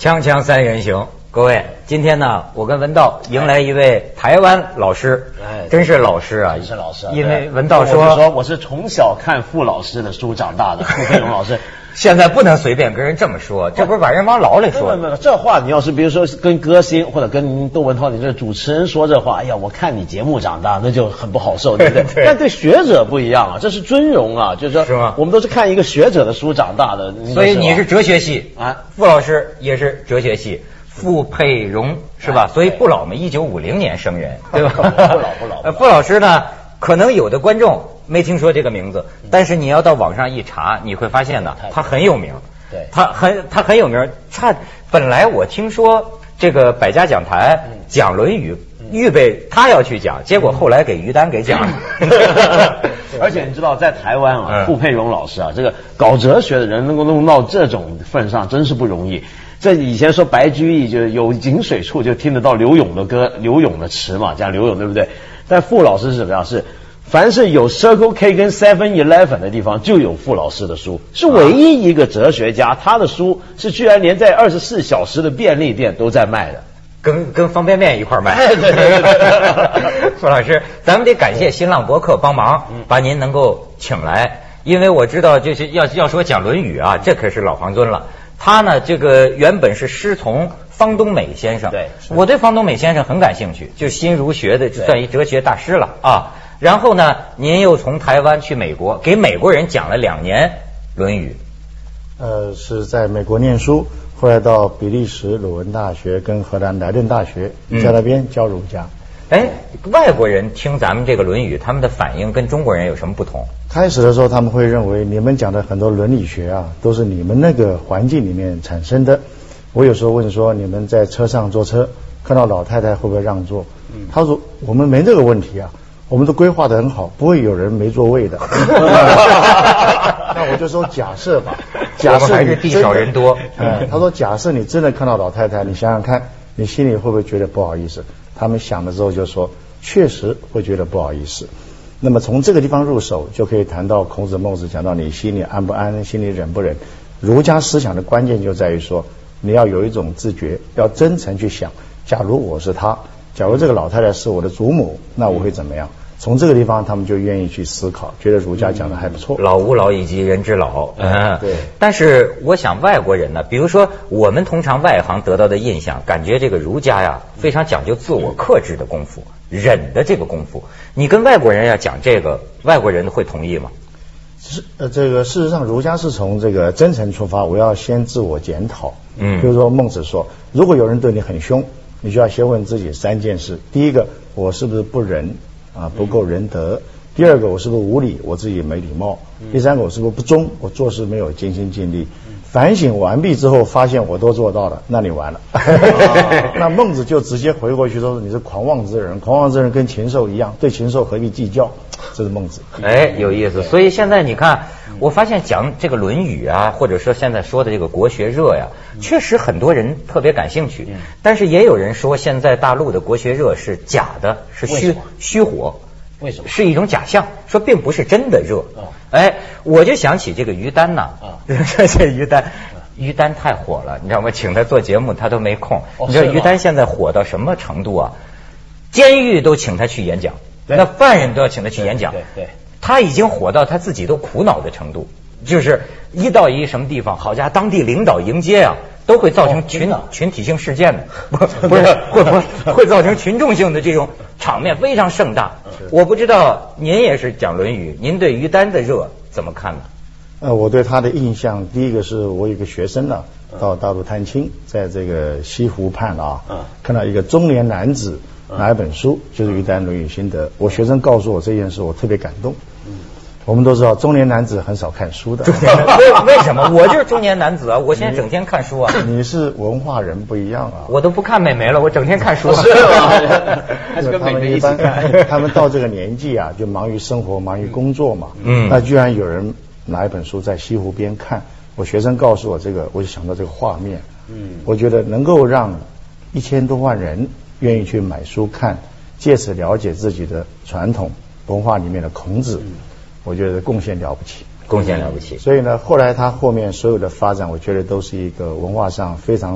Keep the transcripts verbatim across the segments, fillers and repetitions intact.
锵锵三人行，各位，今天呢，我跟文道迎来一位台湾老师，哎，真是老师啊， 真是老师啊。 因为文道说， 我说我是从小看傅老师的书长大的，傅佩荣老师。 现在不能随便跟人这么说，这不是把人往牢里说。 没有没有，这话你要是比如说跟歌星或者跟窦文涛你这主持人说这话，哎呀，我看你节目长大，那就很不好受，对不对？对。但对学者不一样啊，这是尊荣啊，就是说，是吗？我们都是看一个学者的书长大的。 所以你是哲学系啊，傅老师也是哲学系，傅佩荣是吧？所以不老嘛，一九五零年生人，对吧？不老不老。 傅老师呢，可能有的观众没听说这个名字，但是你要到网上一查，你会发现呢，他很有名。 对， 他很他很有名。差本来我听说这个百家讲坛讲《论语》，预备他要去讲，结果后来给于丹给讲了。 而且你知道，在台湾啊，傅佩荣老师啊，这个搞哲学的人能够弄到这种份上，真是不容易。这以前说白居易就有井水处就听得到刘永的歌、刘永的词嘛，讲刘永对不对？但傅老师是怎么样？是凡是有 Circle K 跟 Seven Eleven 的地方，就有傅老师的书，是唯一一个哲学家，他的书是居然连在二十四小时的便利店都在卖的， 跟跟方便面一块卖。对对对。傅老师，咱们得感谢新浪博客帮忙，把您能够请来，因为我知道就是要要说讲《论语》啊，这可是老黄尊了。他呢，这个原本是师从方东美先生，对，我对方东美先生很感兴趣，就新儒学的算一哲学大师了啊。然后呢，您又从台湾去美国，给美国人讲了两年《论语》。 呃，是在美国念书，后来到比利时鲁文大学跟荷兰莱顿大学，在那边教儒家。 哎、嗯，外国人听咱们这个《论语》，他们的反应跟中国人有什么不同？ 开始的时候，他们会认为你们讲的很多伦理学啊，都是你们那个环境里面产生的。我有时候问说，你们在车上坐车，看到老太太会不会让座？嗯、他说我们没这个问题啊。我们都规划得很好，不会有人没座位的。那我就说假设吧，假设还是地少人多。 嗯，他说假设你真的看到老太太，你想想看，你心里会不会觉得不好意思？他们想了之后就说，确实会觉得不好意思。那么从这个地方入手，就可以谈到孔子、孟子讲到你心里安不安，心里忍不忍。儒家思想的关键就在于说，你要有一种自觉，要真诚去想，假如我是他。假如这个老太太是我的祖母，那我会怎么样？从这个地方，他们就愿意去思考，觉得儒家讲的还不错。 老吾老以及人之老， 嗯，对。 但是我想外国人呢，比如说我们通常外行得到的印象，感觉这个儒家呀非常讲究自我克制的功夫，忍的这个功夫。你跟外国人要讲这个，外国人会同意吗？ 是呃，这个事实上，儒家是从这个真诚出发，我要先自我检讨。嗯，比如说孟子说，如果有人对你很凶，你就要先问自己三件事：第一个，我是不是不仁啊，不够仁德；第二个，我是不是无礼，我自己没礼貌；第三个，我是不是不忠，我做事没有尽心尽力。反省完毕之后，发现我都做到了，那你完了。那孟子就直接回过去说，你是狂妄之人，狂妄之人跟禽兽一样，对禽兽何必计较？这是孟子。 哎，有意思。所以现在你看，我发现讲这个《论语》啊，或者说现在说的这个国学热呀，确实很多人特别感兴趣。但是也有人说，现在大陆的国学热是假的，是虚虚火。 为什么？ 是一种假象，说并不是真的热。哦、哎，我就想起这个于丹呐，啊，这于丹，于丹太火了，你知道吗？请他做节目他都没空。哦、你知道于丹现在火到什么程度啊？监狱都请他去演讲，那犯人都要请他去演讲。 对 对, 对， 他已经火到他自己都苦恼的程度，就是一到一什么地方，好家伙，当地领导迎接啊。都会造成群、哦、群体性事件的，不不是会不会会造成群众性的这种场面非常盛大。我不知道您也是讲《论语》，您对于丹的热怎么看呢？ 呃，我对他的印象，第一个是我有个学生呢、啊，到大陆探亲，在这个西湖畔啊，嗯、看到一个中年男子拿一本书，就是于丹《论语心得》。我学生告诉我这件事，我特别感动。嗯，我们都知道中年男子很少看书的。 为为什么？我就是中年男子啊！我现在整天看书啊。 你是文化人不一样啊！ 我都不看美眉了，我整天看书。 是吗？还是跟美眉一起看？他们到这个年纪啊，就忙于生活，忙于工作嘛。嗯。那居然有人拿一本书在西湖边看，我学生告诉我这个，我就想到这个画面。嗯。我觉得能够让一千多万人愿意去买书看，借此了解自己的传统文化里面的孔子。嗯，我觉得贡献了不起， 贡献了不起。 所以呢，后来他后面所有的发展，我觉得都是一个文化上非常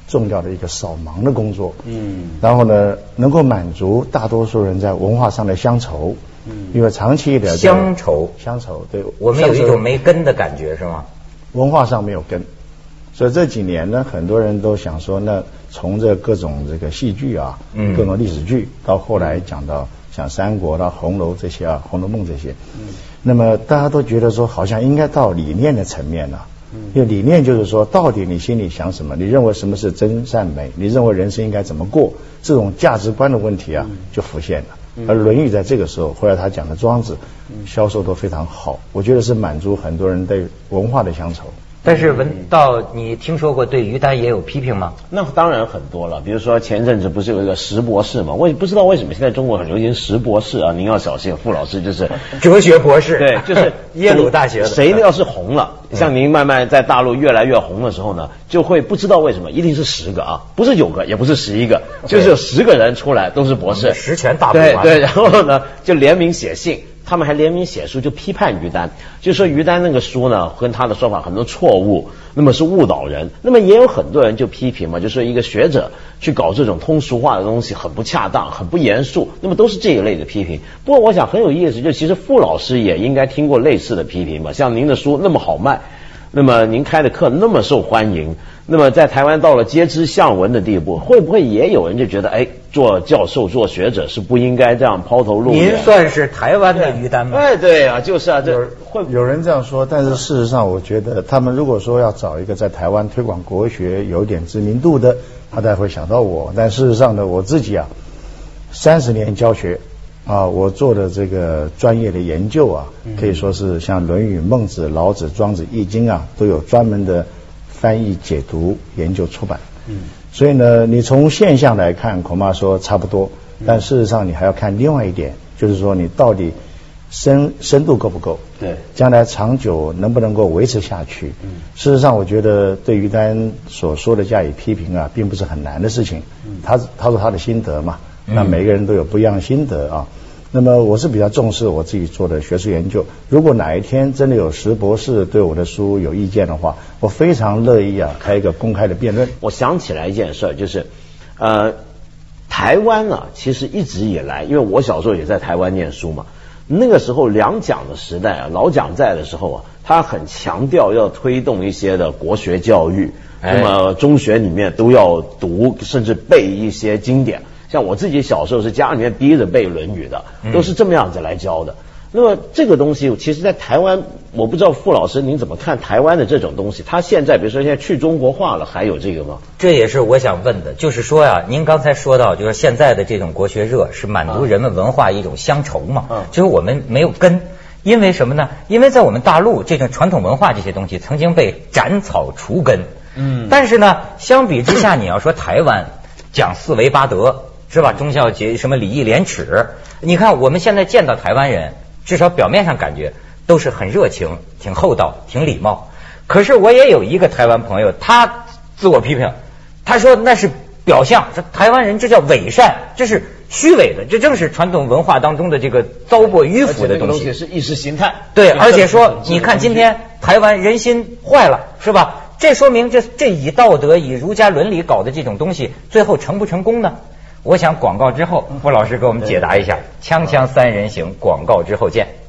重要的一个扫盲的工作。嗯，然后呢，能够满足大多数人在文化上的乡愁。嗯，因为长期以来乡愁， 乡愁，对， 我们有一种没根的感觉，是吗？ 文化上没有根，所以这几年呢，很多人都想说，那从这各种这个戏剧啊，嗯，各种历史剧，到后来讲到像三国啦、红楼这些啊，红楼梦这些，嗯，那么大家都觉得说，好像应该到理念的层面了。因为理念就是说，到底你心里想什么？你认为什么是真善美？你认为人生应该怎么过？这种价值观的问题啊，就浮现了。而《论语》在这个时候，后来他讲的庄子，销售都非常好，我觉得是满足很多人对文化的乡愁。 但是文道，你听说过对于丹也有批评吗？ 那当然很多了，比如说前阵子不是有一个石博士嘛？我也不知道为什么现在中国很流行石博士啊，您要小心，傅老师就是哲学博士， 对，就是耶鲁大学的。 谁要是红了，像您慢慢在大陆越来越红的时候呢，就会不知道为什么，一定是十个啊，不是九个，也不是十一个，就是有十个人出来都是博士， 十全大补。 对对，然后呢就联名写信。他们还联名写书，就批判于丹，就说于丹那个书呢，跟他的说法很多错误，那么是误导人。那么也有很多人就批评嘛，就说一个学者去搞这种通俗化的东西很不恰当，很不严肃，那么都是这一类的批评。不过我想很有意思，就其实傅老师也应该听过类似的批评吧，像您的书那么好卖，那么您开的课那么受欢迎，那么在台湾到了皆知巷闻的地步，会不会也有人就觉得，哎，做教授做学者是不应该这样抛头露脸？ 您算是台湾的于丹吗？ 哎，对啊，就是啊，这会有人这样说，但是事实上，我觉得他们如果说要找一个在台湾推广国学有点知名度的，他才会想到我。但事实上呢，我自己啊，三十年教学啊，我做的这个专业的研究啊，可以说是像《论语》《孟子》《老子》《庄子》《易经》啊，都有专门的翻译、解读、研究、出版。嗯，所以呢，你从现象来看，恐怕说差不多，但事实上你还要看另外一点，就是说你到底深深度够不够？ 对， 将来长久能不能够维持下去？嗯，事实上，我觉得对于丹所说的加以批评啊，并不是很难的事情。嗯，他他说他的心得嘛，那每个人都有不一样的心得啊。那么我是比较重视我自己做的学术研究，如果哪一天真的有石博士对我的书有意见的话，我非常乐意啊开一个公开的辩论。 我想起来一件事，就是呃台湾啊，其实一直以来，因为我小时候也在台湾念书嘛，那个时候两蒋的时代啊，老蒋在的时候啊，他很强调要推动一些的国学教育，那么中学里面都要读甚至背一些经典。像我自己小时候是家里面逼着背《论语》的，都是这么样子来教的。那么这个东西，其实在台湾，我不知道傅老师您怎么看台湾的这种东西？他现在比如说现在去中国化了，还有这个吗？ 这也是我想问的，就是说呀，您刚才说到，就是现在的这种国学热是满足人们文化一种乡愁嘛？嗯，就是我们没有根，因为什么呢？因为在我们大陆这种传统文化这些东西曾经被斩草除根。嗯，但是呢，相比之下，你要说台湾讲四维八德。是吧？忠孝节什么礼义廉耻？你看我们现在见到台湾人，至少表面上感觉都是很热情、挺厚道、挺礼貌。可是我也有一个台湾朋友，他自我批评，他说那是表象，这台湾人这叫伪善，这是虚伪的，这正是传统文化当中的这个糟粕迂腐的东西， 而且是意识形态。 对，而且说你看今天台湾人心坏了，是吧？这说明这这以道德、以儒家伦理搞的这种东西，最后成不成功呢？我想广告之后，傅老师给我们解答一下。锵锵三人行，广告之后见。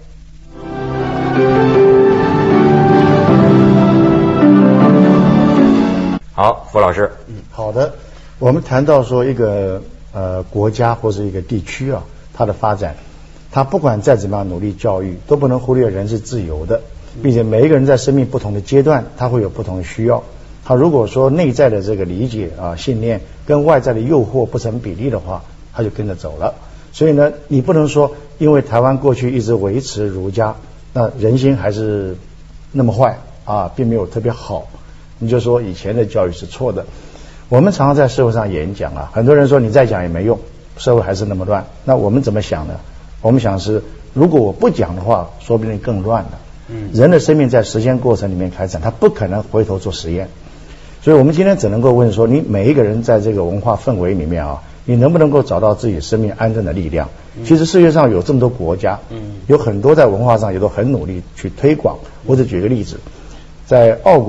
好，傅老师。 嗯，好的。我们谈到说一个呃国家或是一个地区啊，它的发展，它不管再怎么样努力教育，都不能忽略人是自由的，并且每一个人在生命不同的阶段，他会有不同的需要。他如果说内在的这个理解啊信念跟外在的诱惑不成比例的话，他就跟着走了。所以呢，你不能说因为台湾过去一直维持儒家，那人心还是那么坏啊，并没有特别好，你就说以前的教育是错的。我们常常在社会上演讲啊，很多人说你再讲也没用，社会还是那么乱。那我们怎么想呢？我们想是，如果我不讲的话，说不定更乱了。嗯，人的生命在实践过程里面开展，他不可能回头做实验。所以我们今天只能够问说，你每一个人在这个文化氛围里面啊，你能不能够找到自己生命安顿的力量？其实世界上有这么多国家，有很多在文化上也都很努力去推广。我只举个例子，在澳国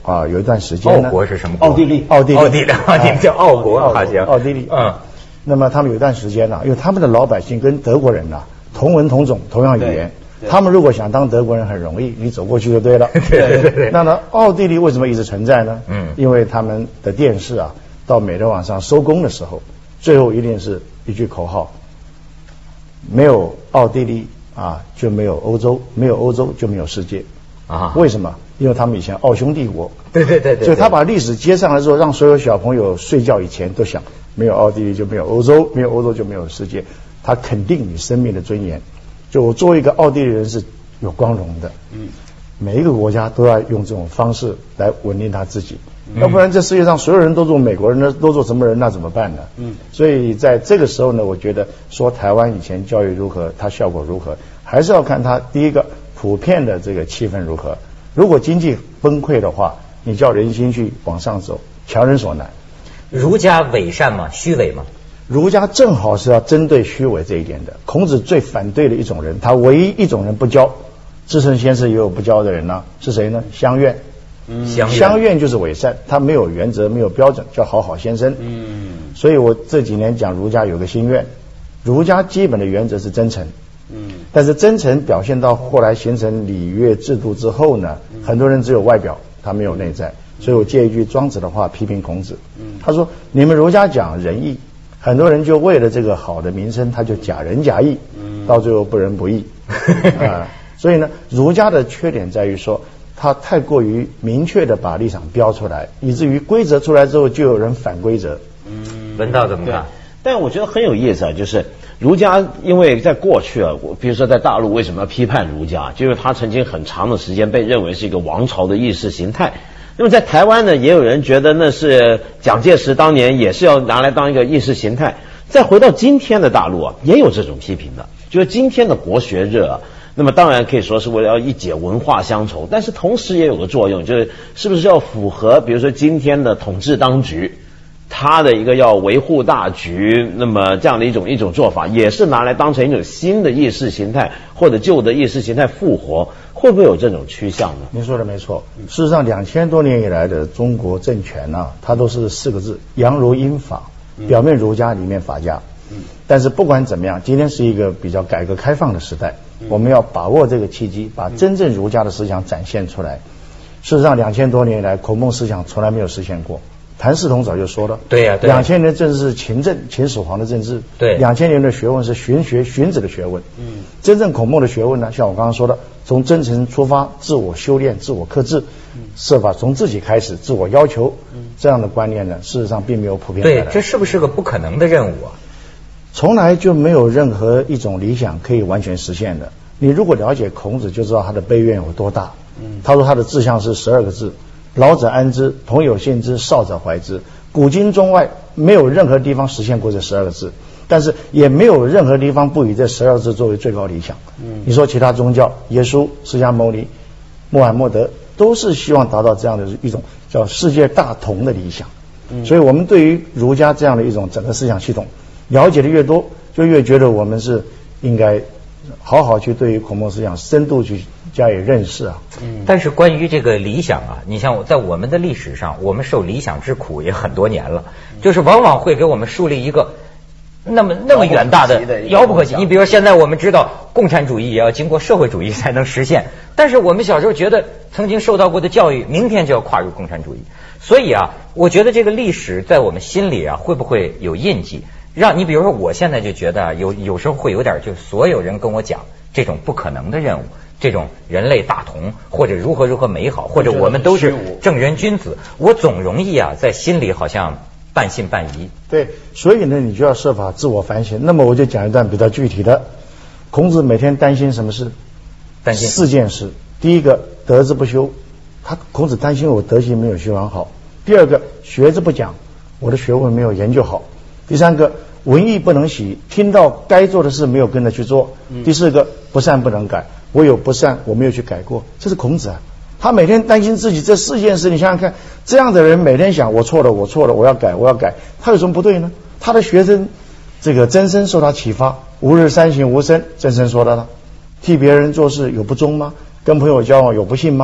啊有一段时间呢， 奥国是什么国？ 奥地利， 奥地利， 奥地利，奥地利叫奥国，好像奥地利。嗯，那么他们有一段时间呢，因为他们的老百姓跟德国人呢同文同种，同样语言。他们如果想当德国人很容易，你走过去就对了。 对对对。 那呢，奥地利为什么一直存在呢？ 嗯， 因为他们的电视啊，到每天晚上收工的时候，最后一定是一句口号：没有奥地利啊，就没有欧洲；没有欧洲，就没有世界。啊，为什么？因为他们以前奥匈帝国。 对对对对。 所以他把历史接上来之后，让所有小朋友睡觉以前都想：没有奥地利就没有欧洲，没有欧洲就没有世界。他肯定你生命的尊严。就我作为一个奥地利人是有光荣的，嗯，每一个国家都要用这种方式来稳定他自己，嗯、要不然这世界上所有人都做美国人，那都做什么人，那怎么办呢？嗯，所以在这个时候呢，我觉得说台湾以前教育如何，它效果如何，还是要看它第一个普遍的这个气氛如何。如果经济崩溃的话，你叫人心去往上走，强人所难。 儒家伪善吗？虚伪吗？ 儒家正好是要针对虚伪这一点的。孔子最反对的一种人，他唯一一种人不教，至圣先师也有不教的人呢、啊，是谁呢？乡愿。嗯，乡愿就是伪善，他没有原则，没有标准，叫好好先生。嗯，所以我这几年讲儒家有个心愿，儒家基本的原则是真诚。嗯，但是真诚表现到后来形成礼乐制度之后呢，很多人只有外表，他没有内在。所以我借一句庄子的话批评孔子。嗯，他说：你们儒家讲仁义。很多人就为了这个好的名声，他就假仁假义，到最后不仁不义啊。所以呢，儒家的缺点在于说，他太过于明确的把立场标出来，以至于规则出来之后，就有人反规则。 嗯，文道怎么看？ 但我觉得很有意思啊，就是儒家，因为在过去啊，我比如说在大陆为什么要批判儒家，就是他曾经很长的时间被认为是一个王朝的意识形态。那么在台湾呢，也有人觉得那是蒋介石当年也是要拿来当一个意识形态。再回到今天的大陆啊，也有这种批评的，就是今天的国学热啊，那么当然可以说是为了要一解文化乡愁，但是同时也有个作用，就是是不是要符合比如说今天的统治当局，他的一个要维护大局，那么这样的一种一种做法，也是拿来当成一种新的意识形态或者旧的意识形态复活。会不会有这种趋向呢？ 您说的没错。事实上，两千多年以来的中国政权呢、啊，它都是四个字：阳儒阴法。表面儒家，里面法家。但是不管怎么样，今天是一个比较改革开放的时代，我们要把握这个契机，把真正儒家的思想展现出来。事实上，两千多年以来，孔孟思想从来没有实现过。谭嗣同早就说了， 对呀、啊， 两千年政治是秦政，秦始皇的政治。 对， 两千年的学问是荀学、荀子的学问。嗯，真正孔孟的学问呢，像我刚刚说的，从真诚出发，自我修炼、自我克制，设法从自己开始，自我要求。这样的观念呢，事实上并没有普遍。 对，这是不是个不可能的任务啊？ 从来就没有任何一种理想可以完全实现的。你如果了解孔子，就知道他的悲愿有多大。嗯，他说他的志向是十二个字。老者安之，朋友信之，少者怀之。古今中外没有任何地方实现过这十二个字，但是也没有任何地方不以这十二个字作为最高理想。嗯，你说其他宗教，耶稣、释迦牟尼、穆罕默德，都是希望达到这样的一种叫世界大同的理想。嗯，所以我们对于儒家这样的一种整个思想系统了解的越多，就越觉得我们是应该好好去对于孔孟思想深度去加以认识啊。 嗯，但是关于这个理想啊，你像在我们的历史上，我们受理想之苦也很多年了，就是往往会给我们树立一个那么那么远大的遥不可及。你比如说现在我们知道共产主义也要经过社会主义才能实现，但是我们小时候觉得曾经受到过的教育，明天就要跨入共产主义。所以啊，我觉得这个历史在我们心里啊，会不会有印记？让你比如说，我现在就觉得有有时候会有点，就所有人跟我讲这种不可能的任务，这种人类大同或者如何如何美好，或者我们都是正人君子，我总容易啊在心里好像半信半疑。 对，所以呢，你就要设法自我反省。那么我就讲一段比较具体的。孔子每天担心什么事？ 担心四件事。第一个，德之不修，他孔子担心我德行没有修养好。第二个，学之不讲，我的学问没有研究好。第三个，文艺不能习，听到该做的事没有跟着去做。第四个，不善不能改，我有不善我没有去改过。这是孔子啊，他每天担心自己这四件事。你想想看，这样的人每天想我错了我错了我要改我要改，他有什么不对呢？他的学生这个曾参受他启发，吾日三省吾身，曾参说的了，替别人做事有不忠吗？跟朋友交往有不信吗？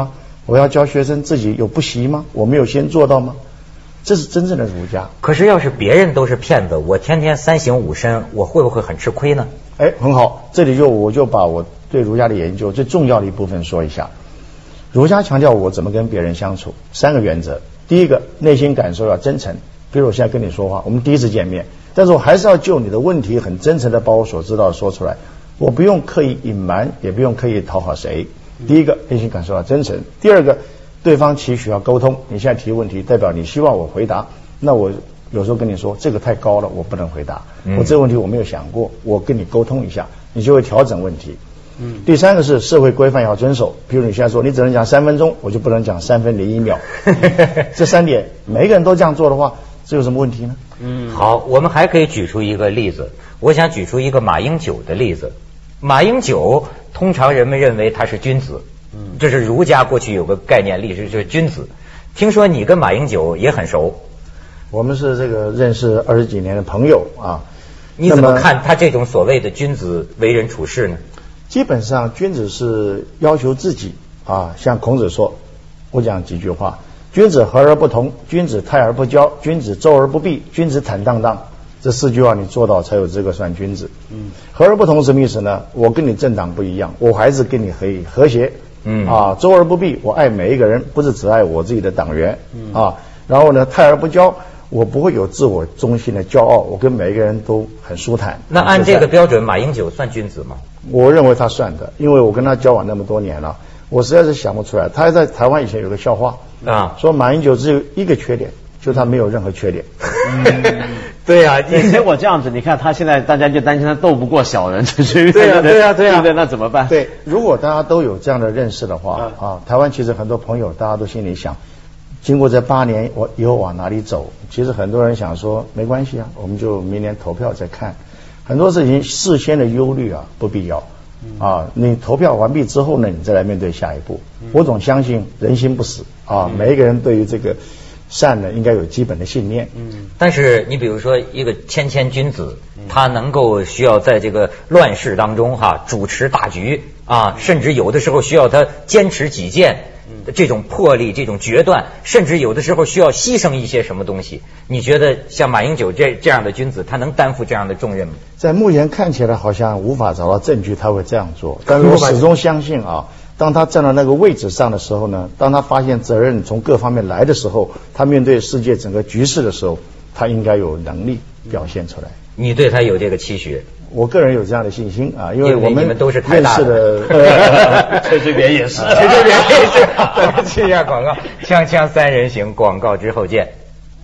我要教学生自己有不习吗？我没有先做到吗？这是真正的儒家。 可是要是别人都是骗子，我天天三省吾身，我会不会很吃亏呢？ 哎，很好，这里就我就把我对儒家的研究最重要的一部分说一下。儒家强调我怎么跟别人相处，三个原则。第一个，内心感受要真诚。比如我现在跟你说话，我们第一次见面，但是我还是要就你的问题很真诚的把我所知道的说出来，我不用刻意隐瞒，也不用刻意讨好谁。第一个，内心感受要真诚。第二个，对方期许要沟通。你现在提问题，代表你希望我回答，那我有时候跟你说这个太高了，我不能回答，嗯、我这个问题我没有想过，我跟你沟通一下，你就会调整问题。嗯，第三个是社会规范要遵守，比如你现在说你只能讲三分钟，我就不能讲三分零一秒。这三点每个人都这样做的话，这有什么问题呢？ 嗯，好，我们还可以举出一个例子，我想举出一个马英九的例子。马英九通常人们认为他是君子，嗯，这是儒家过去有个概念，历史就是君子。听说你跟马英九也很熟， 我们是这个认识二十几年的朋友啊。 你怎么看他这种所谓的君子为人处事呢？ 基本上君子是要求自己啊，像孔子说，我讲几句话：君子和而不同，君子泰而不骄，君子周而不避，君子坦荡荡。这四句话你做到才有资格算君子。嗯，和而不同什么意思呢？我跟你政党不一样，我还是跟你可以和谐。嗯啊，周而不避，我爱每一个人，不是只爱我自己的党员。嗯啊，然后呢，泰而不骄，我不会有自我中心的骄傲，我跟每一个人都很舒坦。 那按这个标准，马英九算君子吗？ 我认为他算的，因为我跟他交往那么多年了，我实在是想不出来。他在台湾以前有个笑话啊，说马英九只有一个缺点，就他没有任何缺点。 嗯对呀、啊，结果这样子，你看他现在大家就担心他斗不过小人，这是对呀、啊、对呀、啊、对呀、 啊，对，那怎么办？ 对，如果大家都有这样的认识的话、嗯、啊，台湾其实很多朋友大家都心里想，经过这八年我以后往哪里走？其实很多人想说没关系啊，我们就明年投票再看。很多事情事先的忧虑啊不必要啊，你投票完毕之后呢，你再来面对下一步。我总相信人心不死啊，每一个人对于这个善呢应该有基本的信念。 嗯，但是你比如说一个谦谦君子，他能够需要在这个乱世当中哈主持大局啊，甚至有的时候需要他坚持己见，这种魄力，这种决断，甚至有的时候需要牺牲一些什么东西。你觉得像马英九这这样的君子，他能担负这样的重任吗？ 在目前看起来好像无法找到证据他会这样做，但是我始终相信啊，当他站到那个位置上的时候呢，当他发现责任从各方面来的时候，他面对世界整个局势的时候，他应该有能力表现出来。 你对他有这个期许？ 我个人有这样的信心啊，因为我们都是太大的， 崔志别也是， 崔志别也是。咱们去一下广告，锵锵三人行，广告之后见。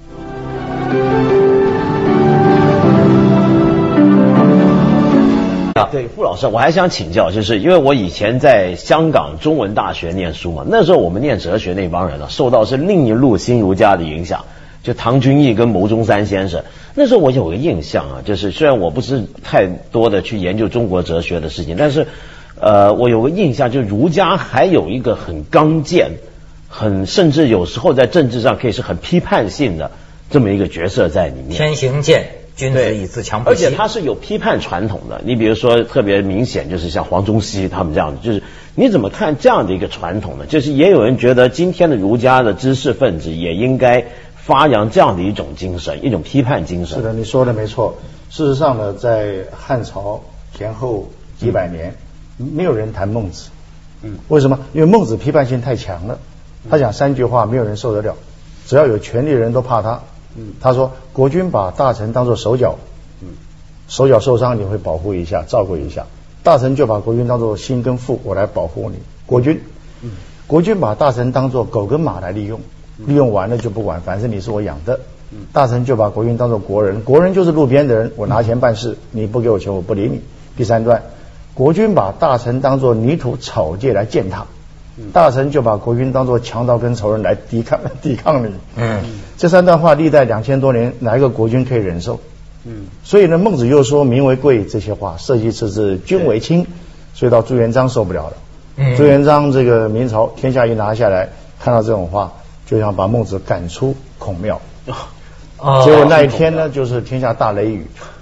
对，傅老师，我还想请教，就是因为我以前在香港中文大学念书嘛，那时候我们念哲学那帮人啊，受到是另一路新儒家的影响，就唐君毅跟牟宗三先生。那时候我有个印象啊，就是虽然我不是太多的去研究中国哲学的事情，但是呃，我有个印象，就儒家还有一个很刚健，很甚至有时候在政治上可以是很批判性的这么一个角色在里面。 天行健，君子以自强不息。 而且他是有批判传统的，你比如说特别明显就是像黄宗羲他们这样的，就是你怎么看这样的一个传统呢？就是也有人觉得今天的儒家的知识分子也应该发扬这样的一种精神，一种批判精神。 是的，你说的没错。事实上呢，在汉朝前后几百年，嗯、没有人谈孟子。嗯，为什么？因为孟子批判性太强了，他讲三句话，没有人受得了，只要有权力的人都怕他。嗯，他说国君把大臣当作手脚，嗯，手脚受伤你会保护一下，照顾一下。大臣就把国君当作心跟腹，我来保护你。国君，嗯，国君把大臣当作狗跟马来利用。利用完了就不管，反正你是我养的。大臣就把国君当作国人，国人就是路边的人，我拿钱办事，你不给我钱我不理你。第三段，国君把大臣当作泥土草芥来践踏，大臣就把国君当作强盗跟仇人来抵抗抵抗你。嗯，这三段话历代两千多年，哪一个国君可以忍受？嗯，所以呢，孟子又说民为贵这些话，社稷次之，君为轻，所以到朱元璋受不了了。嗯，朱元璋这个明朝天下一拿下来，看到这种话，就想把孟子赶出孔庙。哦，结果那一天呢，就是天下大雷雨，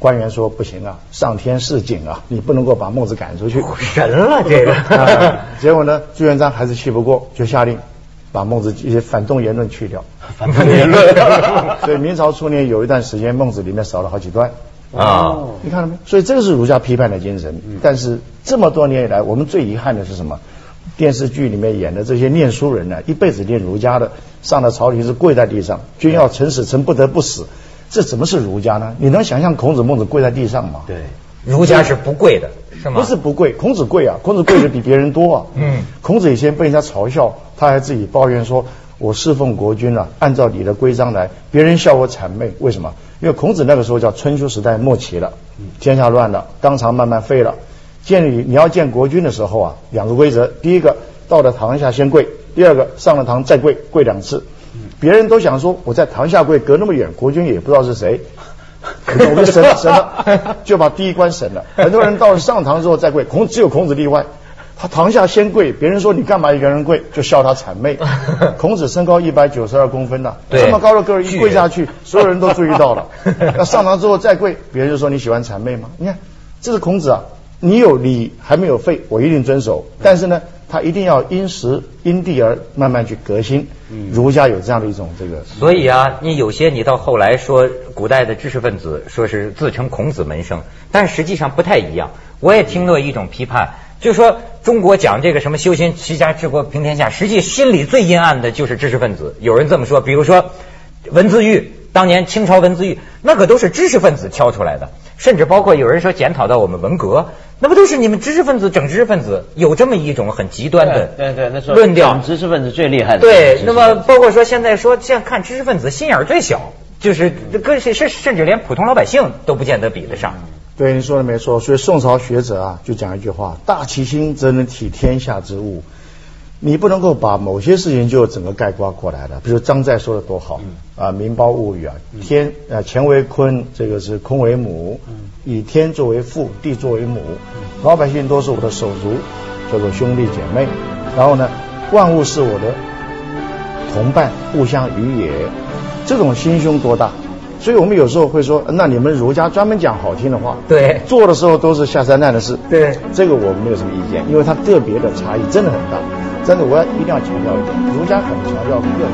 官员说不行啊，上天示警啊，你不能够把孟子赶出去。 神了这个、 呃。结果呢，朱元璋还是气不过，就下令把孟子一些反动言论去掉。 反动言论。 所以明朝初年有一段时间，孟子里面少了好几段。 啊， 你看到没？所以这个是儒家批判的精神。但是这么多年以来，我们最遗憾的是什么？电视剧里面演的这些念书人呢，一辈子念儒家的，上了朝廷是跪在地上，君要臣死，臣不得不死。这怎么是儒家呢？你能想象孔子孟子跪在地上吗？ 对，儒家是不跪的，是吗？ 不是不跪，孔子跪啊，孔子跪的比别人多啊。嗯，孔子以前被人家嘲笑，他还自己抱怨说：“我侍奉国君啊，按照你的规章来，别人笑我谄媚。为什么？因为孔子那个时候叫春秋时代末期了，天下乱了，纲常慢慢废了。见你你要见国君的时候啊，两个规则：第一个，到了堂下先跪；第二个，上了堂再跪，跪两次。别人都想说，我在堂下跪，隔那么远，国君也不知道是谁，我们省了省了，就把第一关省了。很多人到了上堂之后再跪，孔只有孔子例外，他堂下先跪，别人说你干嘛一个人跪，就笑他谄媚。孔子身高一百九十二公分呐、啊，这么高的个儿一跪下去，所有人都注意到了。那上堂之后再跪，别人就说你喜欢谄媚吗？你看，这是孔子啊，你有理还没有废，我一定遵守。但是呢，他一定要因时因地而慢慢去革新。儒家有这样的一种这个， 所以啊，你有些你到后来说古代的知识分子说是自称孔子门生，但实际上不太一样。我也听过一种批判，就是说中国讲这个什么修心齐家治国平天下，实际心里最阴暗的就是知识分子。有人这么说，比如说文字狱，当年清朝文字狱那可都是知识分子挑出来的，甚至包括有人说检讨到我们文革，那不都是你们知识分子整知识分子，有这么一种很极端的对对那时候论调。 知识分子最厉害的。 对，那么包括说现在说现在看知识分子心眼儿最小，就是跟是是甚至连普通老百姓都不见得比得上。 对，你说的没错。所以宋朝学者啊，就讲一句话：大其心，则能体天下之物。你不能够把某些事情就整个概括过来的。比如张载说的多好、嗯、啊，《民胞物语》啊，天啊，乾为坤，这个是空为母，以天作为父，地作为母，老百姓都是我的手足，叫做兄弟姐妹。然后呢，万物是我的同伴，互相与也。这种心胸多大！所以我们有时候会说，那你们儒家专门讲好听的话， 对， 做的时候都是下三滥的事， 对， 这个我没有什么意见，因为它个别的差异真的很大。真的，我要一定要强调一点，儒家很强调个人。